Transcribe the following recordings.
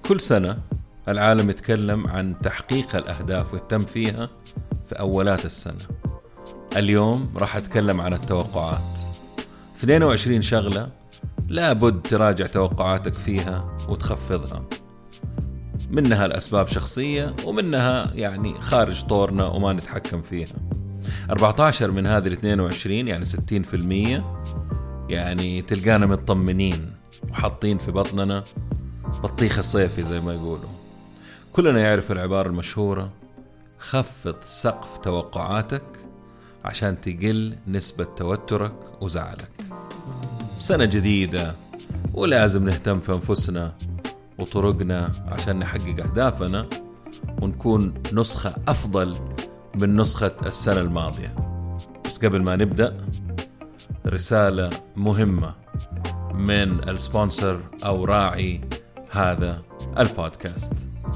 كل سنة العالم يتكلم عن تحقيق الأهداف ويهتم فيها في أولات السنة. اليوم راح أتكلم عن التوقعات. 22 شغلة لابد تراجع توقعاتك فيها وتخفضها، منها الأسباب شخصية ومنها يعني خارج طورنا وما نتحكم فيها. 14 من هذه 22 يعني 60% يعني تلقانا مطمنين وحاطين في بطننا بطيخ الصيفي زي ما يقولوا. كلنا يعرف العبارة المشهورة: خفض سقف توقعاتك عشان تقل نسبة توترك وزعلك. سنة جديدة ولازم نهتم في أنفسنا وطرقنا عشان نحقق أهدافنا ونكون نسخة أفضل من نسخة السنة الماضية. بس قبل ما نبدأ، رسالة مهمة من السبونسر أو راعي هذا البودكاست.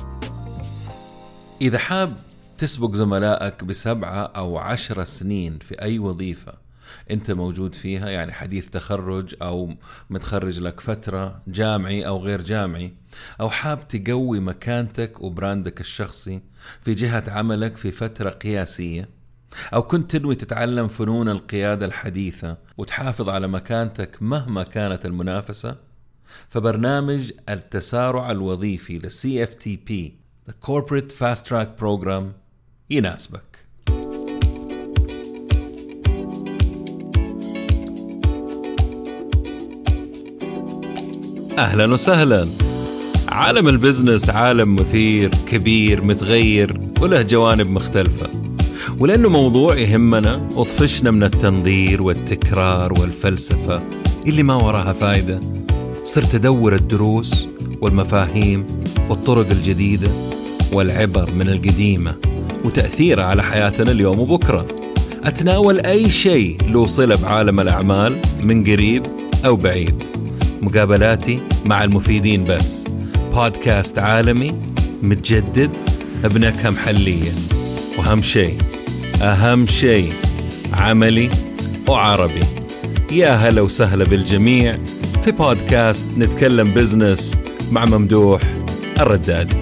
إذا حاب تسبق زملائك ب7 أو 10 سنين في أي وظيفة أنت موجود فيها، يعني حديث تخرج أو متخرج لك فترة، جامعي أو غير جامعي، أو حاب تقوي مكانتك وبراندك الشخصي في جهة عملك في فترة قياسية، أو كنت تنوي تتعلم فنون القيادة الحديثة وتحافظ على مكانتك مهما كانت المنافسة، فبرنامج التسارع الوظيفي ل CFTP The Corporate Fast Track Program يناسبك. أهلا وسهلا. عالم البزنس عالم مثير كبير متغير وله جوانب مختلفة، ولأنه موضوع يهمنا وطفشنا من التنظير والتكرار والفلسفة اللي ما وراها فايدة، صرت أدور الدروس والمفاهيم والطرق الجديدة والعبر من القديمة وتأثيرها على حياتنا اليوم وبكرة. أتناول أي شيء له صلة بعالم الأعمال من قريب أو بعيد. مقابلاتي مع المفيدين بس. بودكاست عالمي متجدد بنكهة محلية، أهم شيء عملي وعربي. يا هلا وسهلا بالجميع في بودكاست نتكلم بزنس مع ممدوح الردادي.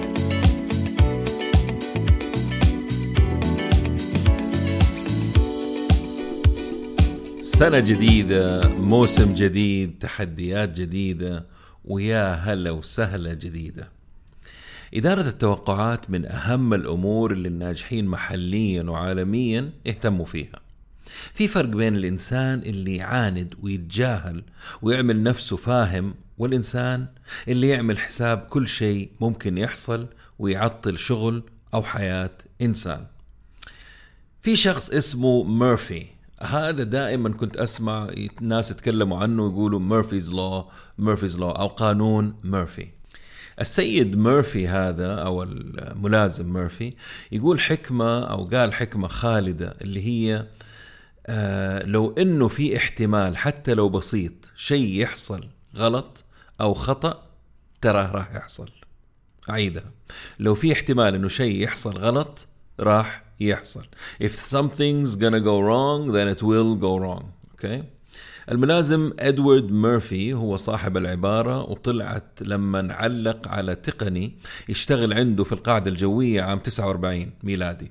سنة جديدة، موسم جديد، تحديات جديدة، ويا هلا وسهلا جديدة. إدارة التوقعات من أهم الأمور اللي الناجحين محليا وعالميا يهتموا فيها. في فرق بين الإنسان اللي يعاند ويتجاهل ويعمل نفسه فاهم، والإنسان اللي يعمل حساب كل شيء ممكن يحصل ويعطل شغل أو حياة إنسان. في شخص اسمه ميرفي، هذا دائما كنت أسمع ناس يتكلموا عنه يقولوا ميرفيز لو أو قانون ميرفي. السيد ميرفي هذا أو الملازم ميرفي يقول حكمة أو قال حكمة خالدة اللي هي لو إنه في احتمال حتى لو بسيط شيء يحصل غلط أو خطأ، تراه راح يحصل. عيدها، لو في احتمال إنه شيء يحصل غلط راح يحصل. If something's gonna go wrong then it will go wrong. Okay? الملازم إدوارد ميرفي هو صاحب العبارة، وطلعت لما علق على تقني يشتغل عنده في القاعدة الجوية عام 49 ميلادي،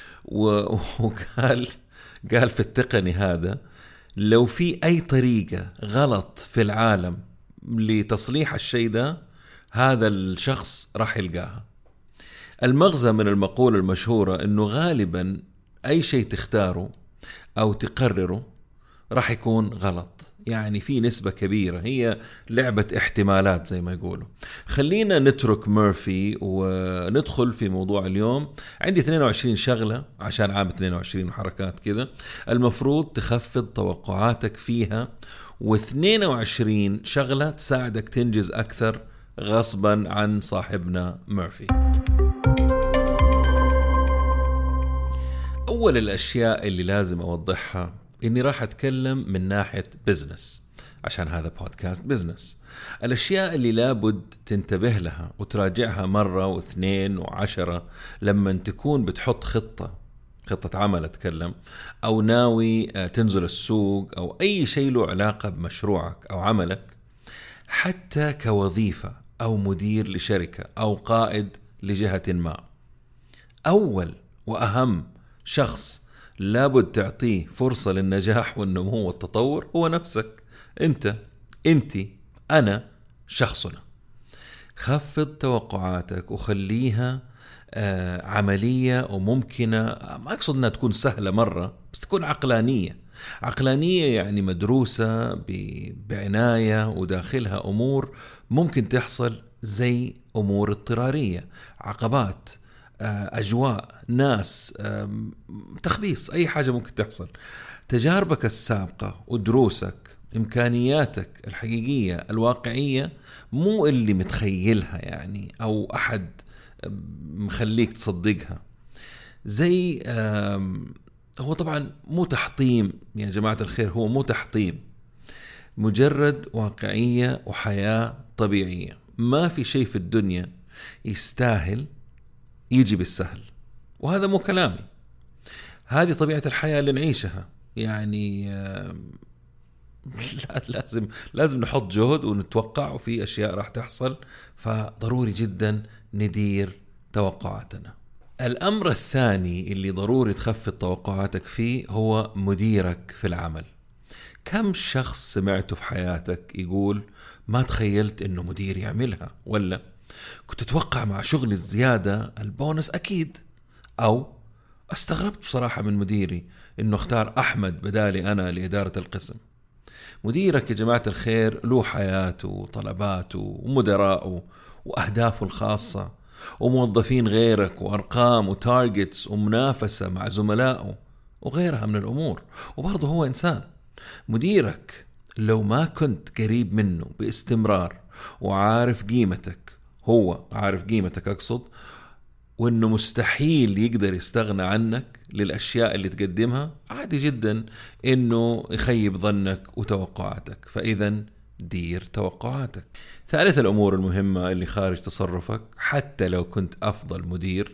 وقال في التقني هذا لو في أي طريقة غلط في العالم لتصليح الشيء ده، هذا الشخص راح يلقاها. المغزى من المقولة المشهورة إنه غالبا أي شيء تختاره أو تقرره راح يكون غلط، يعني في نسبة كبيرة، هي لعبة احتمالات زي ما يقولوا. خلينا نترك ميرفي وندخل في موضوع اليوم. عندي 22 شغلة عشان عام 22 وحركات كذا المفروض تخفض توقعاتك فيها، و22 شغلة تساعدك تنجز أكثر غصبا عن صاحبنا ميرفي. أول الأشياء اللي لازم أوضحها إني راح أتكلم من ناحية بزنس عشان هذا بودكاست بزنس. الأشياء اللي لابد تنتبه لها وتراجعها مرة واثنين وعشرة لما تكون بتحط خطة عمل أتكلم، أو ناوي تنزل السوق أو أي شيء له علاقة بمشروعك أو عملك، حتى كوظيفة أو مدير لشركة أو قائد لجهة ما، أول وأهم شخص لابد تعطيه فرصة للنجاح والنمو والتطور هو نفسك. أنت، أنا، شخصنا. خفض توقعاتك وخليها عملية وممكنة. ما أقصد أنها تكون سهلة مرة، بس تكون عقلانية يعني مدروسة بعناية، وداخلها أمور ممكن تحصل زي أمور اضطرارية، عقبات، أجواء، ناس، تخبيص، أي حاجة ممكن تحصل. تجاربك السابقة ودروسك، إمكانياتك الحقيقية الواقعية، مو اللي متخيلها يعني أو أحد مخليك تصدقها. زي هو طبعا مو تحطيم يا جماعة الخير، هو مو تحطيم، مجرد واقعية وحياة طبيعية. ما في شيء في الدنيا يستاهل يجي بالسهل، وهذا مو كلامي، هذه طبيعة الحياة اللي نعيشها. يعني لازم نحط جهد ونتوقع، وفي أشياء راح تحصل، فضروري جدا ندير توقعاتنا. الأمر الثاني اللي ضروري تخفض توقعاتك فيه هو مديرك في العمل. كم شخص سمعته في حياتك يقول ما تخيلت إنه مدير يعملها، ولا كنت أتوقع مع شغل الزيادة البونس أكيد، أو استغربت بصراحة من مديري إنه اختار أحمد بدالي أنا لإدارة القسم. مديرك يا جماعة الخير له حياته وطلباته ومدراءه وأهدافه الخاصة وموظفين غيرك وأرقام وتارجتس ومنافسة مع زملائه وغيرها من الأمور، وبرضه هو إنسان. مديرك لو ما كنت قريب منه باستمرار وعارف قيمتك، هو عارف قيمتك أقصد، وإنه مستحيل يقدر يستغنى عنك للأشياء اللي تقدمها، عادي جدا إنه يخيب ظنك وتوقعاتك. فإذا دير توقعاتك. ثالث الأمور المهمة اللي خارج تصرفك حتى لو كنت أفضل مدير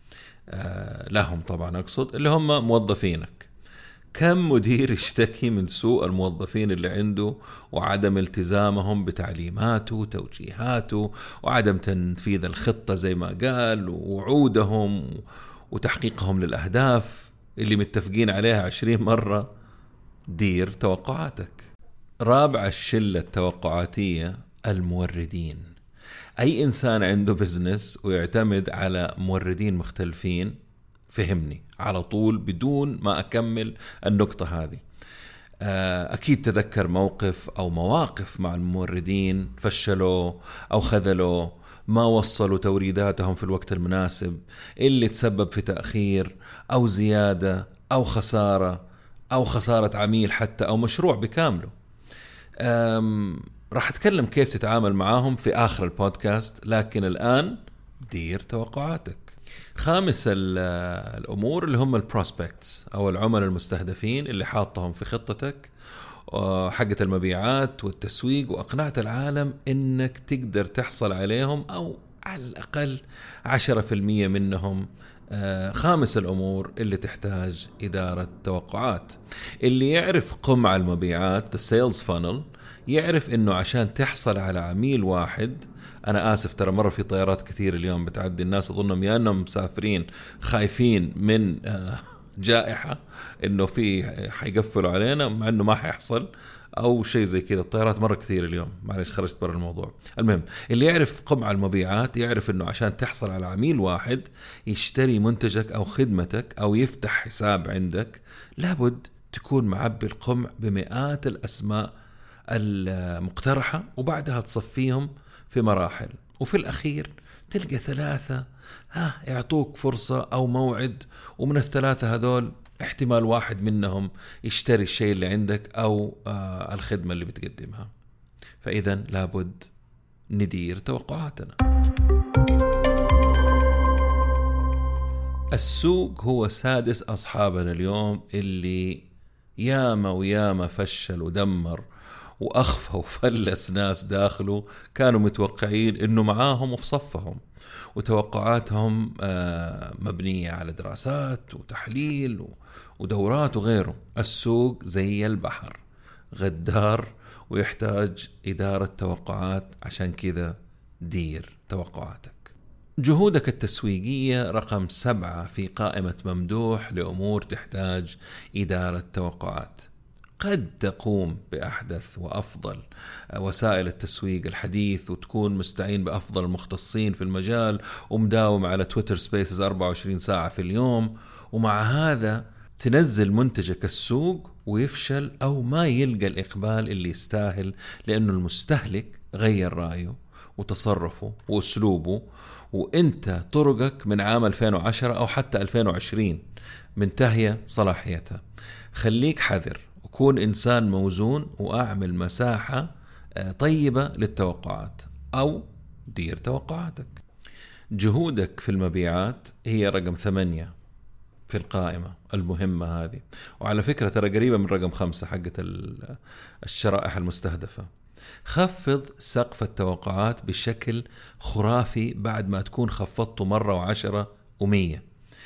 لهم طبعا أقصد، اللي هم موظفينك. كم مدير يشتكي من سوء الموظفين اللي عنده وعدم التزامهم بتعليماته وتوجيهاته وعدم تنفيذ الخطة زي ما قال ووعودهم وتحقيقهم للأهداف اللي متفقين عليها 20 مرة. دير توقعاتك. رابع الشلة التوقعاتية الموردين. أي إنسان عنده بزنس ويعتمد على موردين مختلفين، فهمني على طول بدون ما أكمل النقطة هذه، أكيد تذكر موقف أو مواقف مع الموردين فشلوا أو خذلوا، ما وصلوا توريداتهم في الوقت المناسب، اللي تسبب في تأخير أو زيادة أو خسارة أو خسارة عميل حتى أو مشروع بكامله. راح أتكلم كيف تتعامل معاهم في آخر البودكاست، لكن الآن دير توقعاتك. خامس الأمور اللي هم البروسبكتس أو العملاء المستهدفين اللي حاطهم في خطتك حقة المبيعات والتسويق، وأقنعت العالم إنك تقدر تحصل عليهم أو على الأقل 10% منهم. خامس الأمور اللي تحتاج إدارة توقعات. اللي يعرف قمع المبيعات السيلز فانل يعرف إنه عشان تحصل على عميل واحد، أنا آسف ترى مرة في طيارات كثير اليوم بتعدي، الناس أظنهم يا أنهم مسافرين خايفين من جائحة إنه في حيقفلوا علينا، مع إنه ما حيحصل أو شيء زي كذا. الطيارات مرة كثير اليوم، معلش خرجت برا الموضوع. المهم، اللي يعرف قمع المبيعات يعرف إنه عشان تحصل على عميل واحد يشتري منتجك أو خدمتك أو يفتح حساب عندك، لابد تكون معبي القمع بمئات الأسماء المقترحة، وبعدها تصفيهم في مراحل، وفي الأخير تلقى 3 يعطوك فرصة أو موعد، ومن ال3 هذول احتمال واحد منهم يشتري الشيء اللي عندك أو الخدمة اللي بتقدمها. فإذا لابد ندير توقعاتنا. السوق هو سادس أصحابنا اليوم، اللي ياما وياما فشل ودمر وأخفى وفلس ناس داخله كانوا متوقعين إنه معاهم وفي صفهم، وتوقعاتهم مبنية على دراسات وتحليل ودورات وغيره. السوق زي البحر غدار ويحتاج إدارة توقعات، عشان كذا دير توقعاتك. جهودك التسويقية رقم 7 في قائمة ممدوح لأمور تحتاج إدارة توقعات. قد تقوم بأحدث وأفضل وسائل التسويق الحديث وتكون مستعين بأفضل المختصين في المجال ومداوم على تويتر سبيسز 24 ساعة في اليوم، ومع هذا تنزل منتجك السوق ويفشل أو ما يلقى الإقبال اللي يستاهل، لأنه المستهلك غير رأيه وتصرفه وأسلوبه، وإنت طرقك من عام 2010 أو حتى 2020 منتهية صلاحيتها. خليك حذر وكون إنسان موزون وأعمل مساحة طيبة للتوقعات أو دير توقعاتك. جهودك في المبيعات هي رقم 8 في القائمة المهمة هذه، وعلى فكرة ترى قريبة من رقم 5 حقة الشرائح المستهدفة. خفض سقف التوقعات بشكل خرافي بعد ما تكون خفضته مرة و10 و100.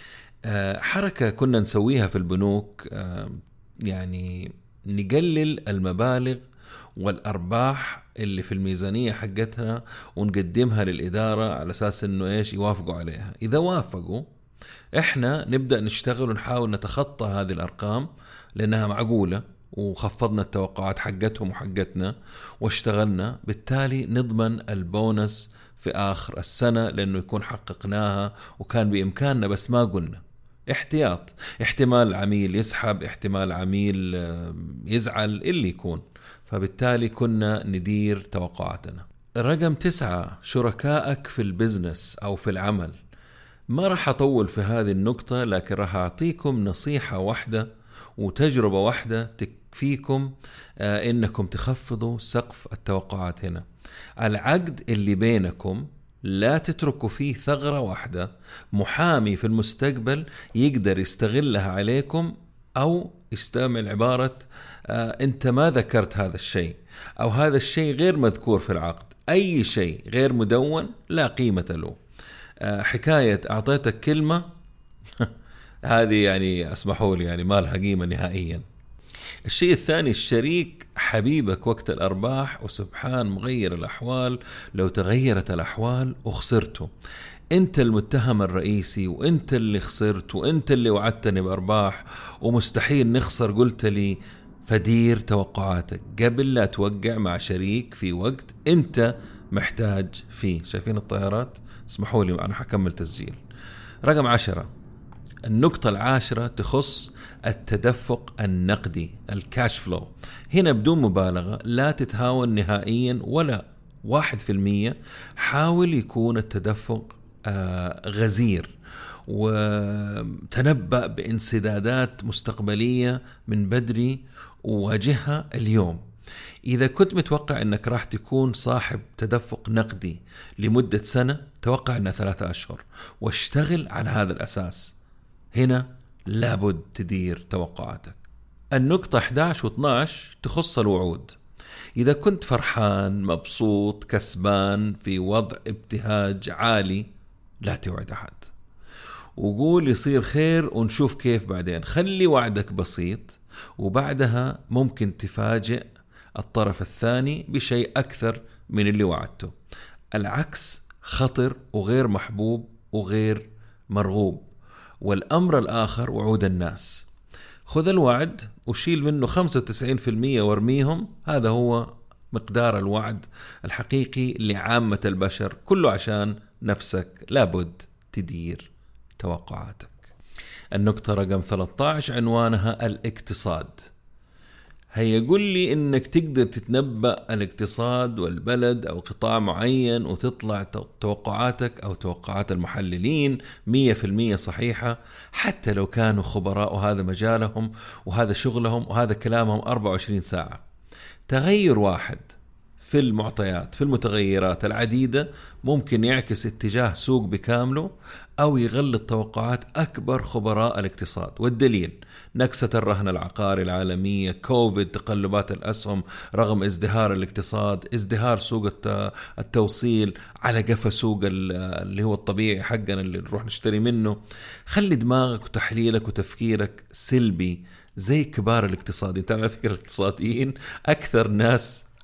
حركة كنا نسويها في البنوك، يعني نقلل المبالغ والأرباح اللي في الميزانية حقتها ونقدمها للإدارة على أساس إنه إيش يوافقوا عليها. إذا وافقوا إحنا نبدأ نشتغل ونحاول نتخطى هذه الأرقام لأنها معقولة، وخفضنا التوقعات حقتهم وحقتنا واشتغلنا، بالتالي نضمن البونس في آخر السنة لأنه يكون حققناها وكان بإمكاننا بس ما قلنا. احتياط، احتمال عميل يسحب، احتمال عميل يزعل، اللي يكون، فبالتالي كنا ندير توقعاتنا. رقم 9 شركائك في البزنس أو في العمل. ما راح أطول في هذه النقطة، لكن راح أعطيكم نصيحة واحدة وتجربة واحدة تكفيكم إنكم تخفضوا سقف التوقعات هنا. العقد اللي بينكم لا تتركوا فيه ثغرة واحدة محامي في المستقبل يقدر يستغلها عليكم، أو يستعمل عبارة أنت ما ذكرت هذا الشيء، أو هذا الشيء غير مذكور في العقد. أي شيء غير مدون لا قيمة له. حكاية أعطيتك كلمة هذه يعني اسمحوا لي يعني ما لها قيمة نهائيا. الشيء الثاني، الشريك حبيبك وقت الأرباح، وسبحان مغير الأحوال لو تغيرت الأحوال وخسرته. أنت المتهم الرئيسي، وأنت اللي خسرت، وأنت اللي وعدتني بأرباح ومستحيل نخسر قلت لي. فدير توقعاتك قبل لا توقع مع شريك في وقت أنت محتاج فيه. شايفين الطيارات؟ اسمحوا لي أنا حكمل تسجيل. رقم 10، النقطة 10 تخص التدفق النقدي، الكاش فلو. هنا بدون مبالغة لا تتهاون نهائيا ولا 1%. حاول يكون التدفق غزير، وتنبأ بانسدادات مستقبلية من بدري وواجهها اليوم. إذا كنت متوقع أنك راح تكون صاحب تدفق نقدي لمدة سنة، توقع أنها 3 أشهر واشتغل على هذا الأساس. هنا لابد تدير توقعاتك. النقطة 11 و12 تخص الوعود. إذا كنت فرحان مبسوط كسبان في وضع ابتهاج عالي، لا توعد أحد وقول يصير خير ونشوف كيف بعدين. خلي وعدك بسيط، وبعدها ممكن تفاجئ الطرف الثاني بشيء أكثر من اللي وعدته. العكس خطر وغير محبوب وغير مرغوب. والأمر الآخر وعود الناس. خذ الوعد وشيل منه 95% وارميهم. هذا هو مقدار الوعد الحقيقي لعامة البشر، كله عشان نفسك. لابد تدير توقعاتك. النقطة رقم 13 عنوانها الاقتصاد. هيقول لي انك تقدر تتنبأ الاقتصاد والبلد او قطاع معين وتطلع توقعاتك او توقعات المحللين 100% صحيحة، حتى لو كانوا خبراء وهذا مجالهم وهذا شغلهم وهذا كلامهم 24 ساعة. تغير واحد في المعطيات في المتغيرات العديدة ممكن يعكس اتجاه سوق بكامله أو يغلط توقعات أكبر خبراء الاقتصاد. والدليل نكسة الرهن العقاري العالمية، كوفيد، تقلبات الأسهم رغم ازدهار الاقتصاد، ازدهار سوق التوصيل على قفا سوق اللي هو الطبيعي حقنا اللي نروح نشتري منه. خلي دماغك وتحليلك وتفكيرك سلبي زي كبار الاقتصاديين. تعرف على فكرة الاقتصاديين أكثر ناس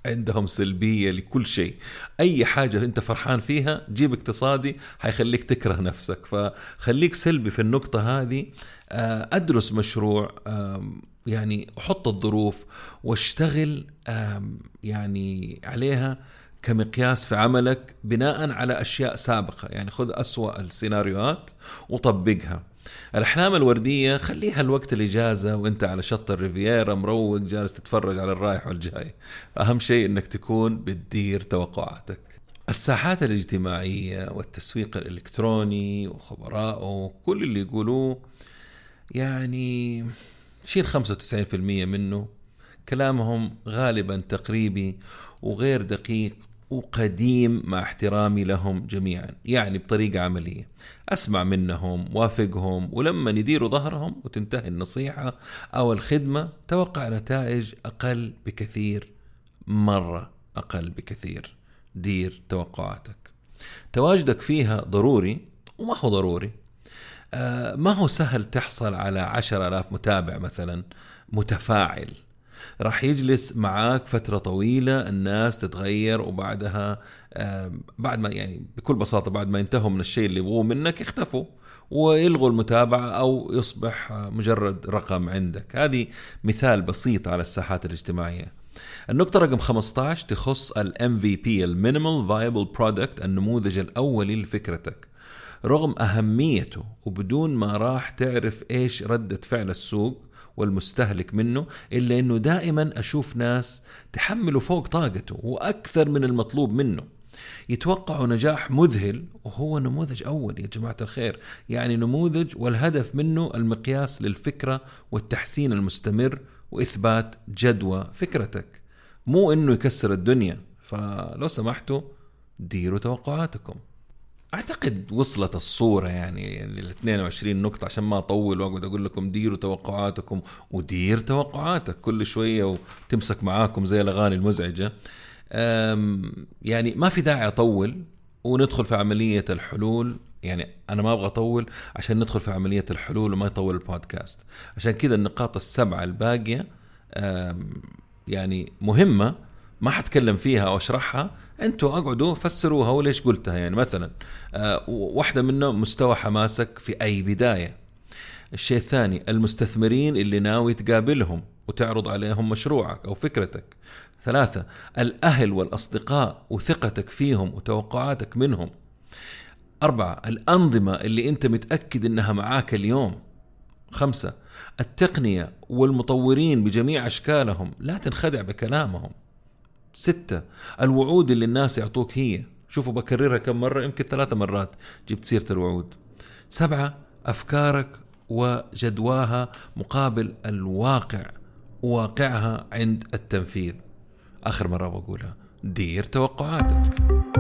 عندهم سلبية لكل شيء. أي حاجة أنت فرحان فيها جيب اقتصادي هيخليك تكره نفسك، فخليك سلبي في النقطة هذه. أدرس مشروع، يعني أحط الظروف واشتغل يعني عليها كمقياس في عملك بناء على أشياء سابقة. يعني خذ أسوأ السيناريوهات وطبقها. الأحلام الوردية خليها الوقت الإجازة وانت على شط الريفييرا مروق جالس تتفرج على الرايح والجاي. أهم شيء انك تكون بتدير توقعاتك. الساحات الاجتماعية والتسويق الإلكتروني وخبراءه كل اللي يقولوه يعني شيل 95% منه. كلامهم غالبا تقريبي وغير دقيق وقديم مع احترامي لهم جميعا، يعني بطريقة عملية. أسمع منهم، وافقهم، ولما يديروا ظهرهم وتنتهي النصيحة أو الخدمة توقع نتائج أقل بكثير، مرة أقل بكثير. دير توقعاتك. تواجدك فيها ضروري وما هو ضروري. ما هو سهل تحصل على 10,000 متابع مثلا متفاعل. راح يجلس معاك فترة طويلة، الناس تتغير، وبعدها بعد ما يعني بكل بساطة بعد ما ينتهوا من الشيء اللي يبغوه منك يختفوا ويلغوا المتابعة أو يصبح مجرد رقم عندك. هذه مثال بسيط على الساحات الاجتماعية. النقطة رقم 15 تخص ال MVP ال Minimal Viable Product، النموذج الأولي لفكرتك. رغم أهميته وبدون ما راح تعرف إيش ردة فعل السوق والمستهلك منه، إلا أنه دائما أشوف ناس تحملوا فوق طاقته وأكثر من المطلوب منه. يتوقعوا نجاح مذهل وهو نموذج أول يا جماعة الخير. يعني نموذج والهدف منه المقياس للفكرة والتحسين المستمر وإثبات جدوى فكرتك، مو أنه يكسر الدنيا. فلو سمحتوا ديروا توقعاتكم. أعتقد وصلت الصورة يعني ال 22 نقطة، عشان ما أطول وأقعد أقول لكم ديروا توقعاتكم ودير توقعاتك كل شوية وتمسك معاكم زي الأغاني المزعجة. يعني ما في داعي أطول وندخل في عملية الحلول. يعني أنا ما أبغى أطول عشان ندخل في عملية الحلول وما يطول البودكاست. عشان كذا النقاط السبعة الباقية يعني مهمة، ما حتكلم فيها أو أشرحها، أنتوا أقعدوا فسروها وليش قلتها. يعني مثلا واحدة منه مستوى حماسك في أي بداية. الشيء الثاني المستثمرين اللي ناوي تقابلهم وتعرض عليهم مشروعك أو فكرتك. 3 الأهل والأصدقاء وثقتك فيهم وتوقعاتك منهم. 4 الأنظمة اللي أنت متأكد أنها معاك اليوم. 5 التقنية والمطورين بجميع أشكالهم، لا تنخدع بكلامهم. 6 الوعود اللي الناس يعطوك هي. شوفوا بكررها كم مرة، يمكن 3 مرات جبت سيرة الوعود. 7 أفكارك وجدواها مقابل الواقع وواقعها عند التنفيذ. آخر مرة بقولها دير توقعاتك.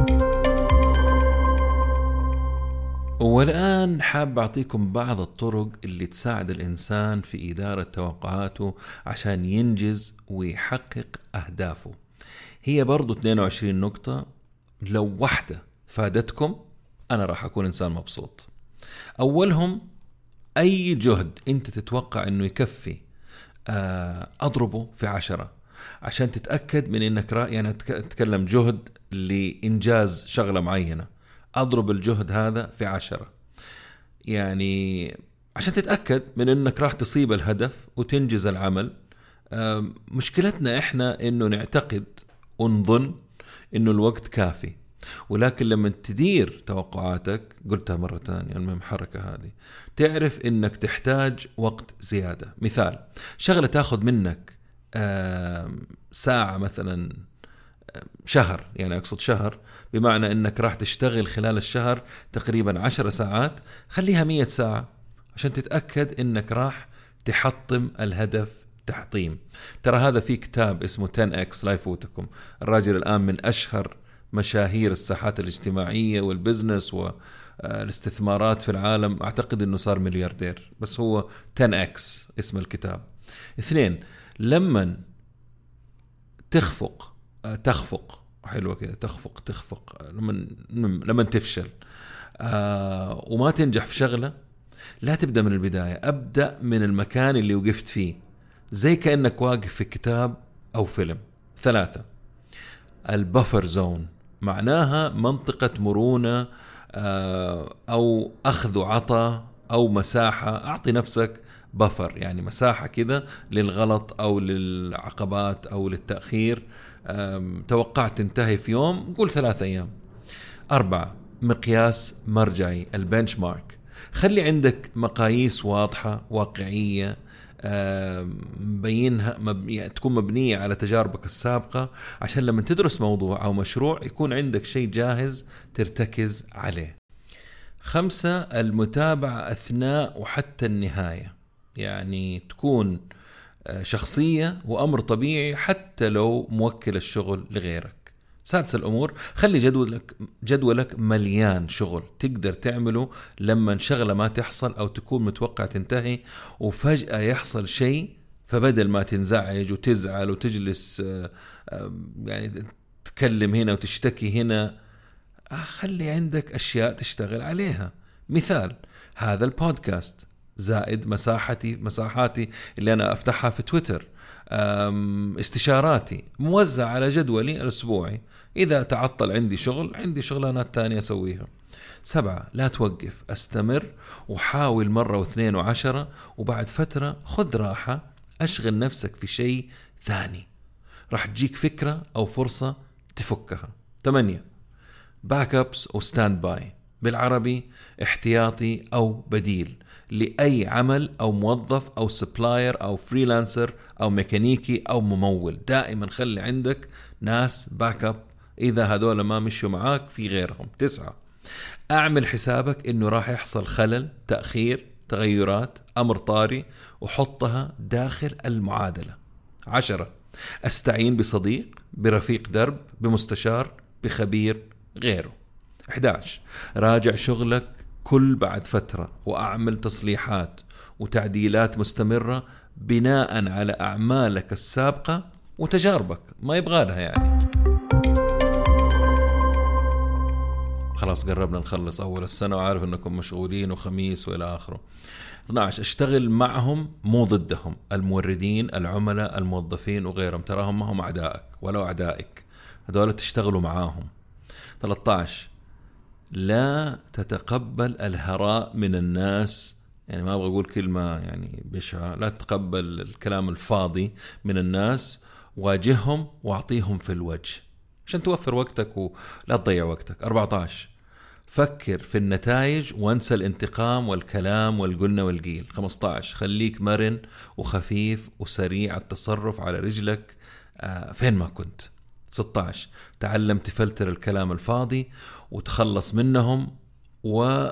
والآن حاب أعطيكم بعض الطرق اللي تساعد الإنسان في إدارة توقعاته عشان ينجز ويحقق أهدافه. هي برضو 22 نقطة، لو واحدة فادتكم أنا راح أكون إنسان مبسوط. أولهم أي جهد أنت تتوقع أنه يكفي أضربه في 10 عشان تتأكد من أنك يعني أتكلم جهد لإنجاز شغلة معينة، أضرب الجهد هذا في 10 يعني عشان تتأكد من أنك راح تصيب الهدف وتنجز العمل. مشكلتنا إحنا أنه نعتقد ونظن أنه الوقت كافي، ولكن لما تدير توقعاتك، قلتها مرة تانية المهم حركة هذه، تعرف أنك تحتاج وقت زيادة. مثال شغلة تأخذ منك ساعة مثلا شهر، يعني أقصد شهر بمعنى أنك راح تشتغل خلال الشهر تقريبا 10 ساعات، خليها 100 ساعة عشان تتأكد أنك راح تحطم الهدف تحطيم. ترى هذا في كتاب اسمه 10X لا يفوتكم. الراجل الآن من أشهر مشاهير الساحات الاجتماعية والبزنس والاستثمارات في العالم، أعتقد أنه صار ملياردير، بس هو 10X اسم الكتاب. 2 لما تخفق حلوة كده، تخفق لما تفشل وما تنجح في شغلة، لا تبدأ من البداية، أبدأ من المكان اللي وقفت فيه، زي كأنك واقف في كتاب أو فيلم. 3 البفر زون، معناها منطقة مرونة أو أخذ وعطاء أو مساحة. أعطي نفسك بفر، يعني مساحة كذا للغلط أو للعقبات أو للتأخير. توقعت تنتهي في يوم، قول 3 أيام. 4. مقياس مرجعي، البنش مارك. خلي عندك مقاييس واضحة واقعية، مبينها تكون مبنية على تجاربك السابقة، عشان لما تدرس موضوع أو مشروع يكون عندك شيء جاهز ترتكز عليه. 5. المتابعة أثناء وحتى النهاية، يعني تكون شخصية وأمر طبيعي حتى لو موكل الشغل لغيرك. 6. الأمور، خلي جدولك مليان شغل تقدر تعمله لما شغلة ما تحصل أو تكون متوقع تنتهي وفجأة يحصل شيء، فبدل ما تنزعج وتزعل وتجلس يعني تتكلم هنا وتشتكي هنا، خلي عندك أشياء تشتغل عليها. مثال، هذا البودكاست زائد مساحاتي اللي أنا أفتحها في تويتر، استشاراتي موزع على جدولي الأسبوعي. إذا تعطل عندي شغلانات تانية أسويها. 7. لا توقف، استمر وحاول مرة واثنين وعشرة، وبعد فترة خذ راحة، أشغل نفسك في شيء ثاني، راح تجيك فكرة أو فرصة تفكها. 8. باك أبس أو ستاند باي، بالعربي احتياطي أو بديل لأي عمل أو موظف أو سبلاير أو فريلانسر أو ميكانيكي أو ممول. دائما خلي عندك ناس باك أب، إذا هذول ما مشوا معاك في غيرهم. 9. أعمل حسابك إنه راح يحصل خلل، تأخير، تغيرات، أمر طارئ، وحطها داخل المعادلة. 10. أستعين بصديق، برفيق درب، بمستشار، بخبير غيره. 11. راجع شغلك كل بعد فترة، وأعمل تصليحات وتعديلات مستمرة بناء على أعمالك السابقة وتجاربك، ما يبغى لها يعني. خلاص قربنا نخلص أول السنة، وعارف أنكم مشغولين وخميس وإلى آخره. 12. اشتغل معهم مو ضدهم، الموردين، العملاء، الموظفين وغيرهم، تراهم ما هم أعدائك ولا أعدائك، هذول تشتغلوا معاهم. 13. لا تتقبل الهراء من الناس، يعني ما أبغى أقول كلمة يعني بشعة، لا تتقبل الكلام الفاضي من الناس، واجههم واعطيهم في الوجه عشان توفر وقتك ولا تضيع وقتك. 14. فكر في النتائج وانسى الانتقام والكلام والقلنا والقيل. 15. خليك مرن وخفيف وسريع التصرف على رجلك فين ما كنت. 16. تعلم تفلتر الكلام الفاضي وتخلص منهم، و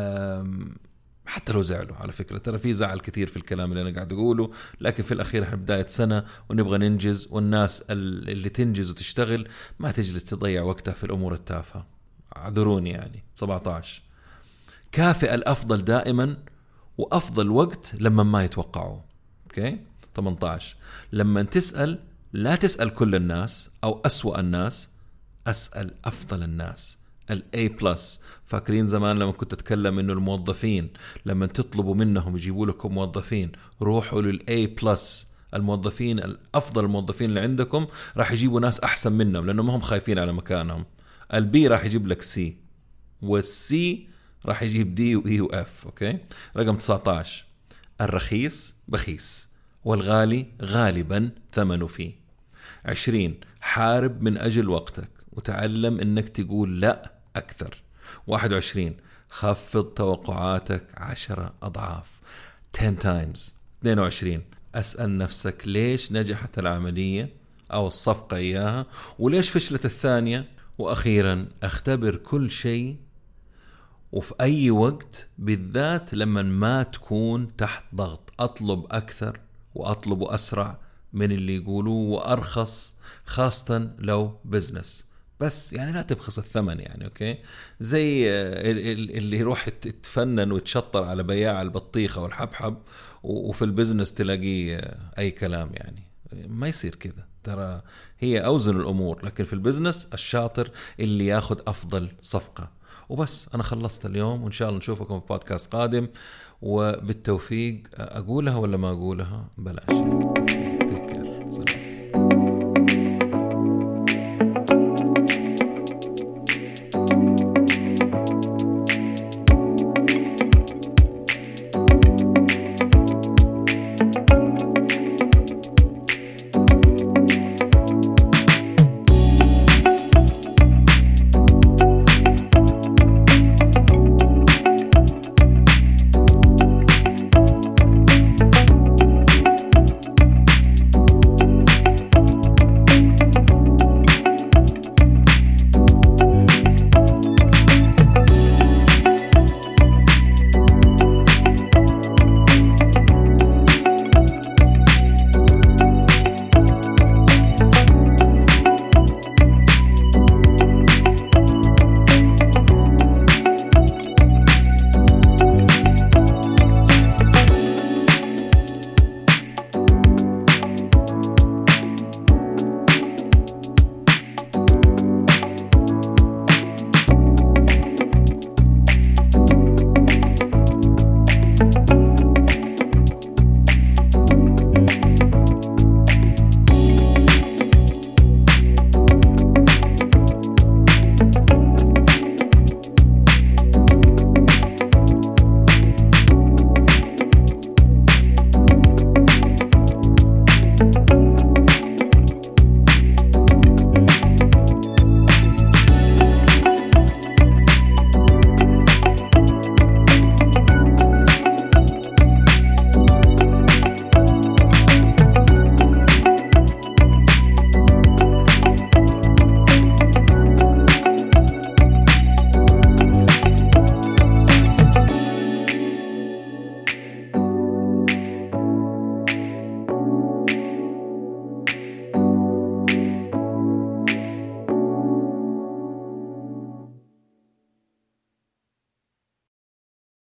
حتى لو زعلوا، على فكرة ترى في زعل كتير في الكلام اللي أنا قاعد أقوله، لكن في الأخير احنا بداية سنة ونبغى ننجز، والناس اللي تنجز وتشتغل ما تجلس تضيع وقتها في الأمور التافهة، اعذروني يعني. 17. كافئ الأفضل دائما، وأفضل وقت لما ما يتوقعوا. أوكي. 18. لما تسأل لا تسأل كل الناس أو أسوأ الناس، أسأل أفضل الناس، A+. فاكرين زمان لما كنت أتكلم إنه الموظفين لما تطلبوا منهم يجيبوا لكم موظفين، روحوا A+. الموظفين الأفضل، الموظفين اللي عندكم راح يجيبوا ناس أحسن منهم لأنهم ما هم خايفين على مكانهم. B راح يجيب لك C، والC راح يجيب D وE وF. أوكي. رقم 19. الرخيص بخيس، والغالي غالبا ثمنه فيه. 20. حارب من أجل وقتك وتعلم إنك تقول لا أكثر. 21. خفض توقعاتك 10 أضعاف 10 times. 22. أسأل نفسك ليش نجحت العملية أو الصفقة إياها، وليش فشلت الثانية. وأخيرا اختبر كل شيء وفي أي وقت، بالذات لما ما تكون تحت ضغط. أطلب أكثر وأطلب أسرع من اللي يقولوه وأرخص، خاصة لو بزنس، بس يعني لا تبخس الثمن يعني. أوكي. زي اللي يروح يتفنن ويتشطر على بياع البطيخة والحبحب، وفي البزنس تلاقيه أي كلام، يعني ما يصير كذا. ترى هي أوزن الأمور، لكن في البزنس الشاطر اللي ياخد أفضل صفقة. وبس أنا خلصت اليوم، وإن شاء الله نشوفكم في بودكاست قادم، وبالتوفيق. أقولها ولا ما أقولها؟ بلاش.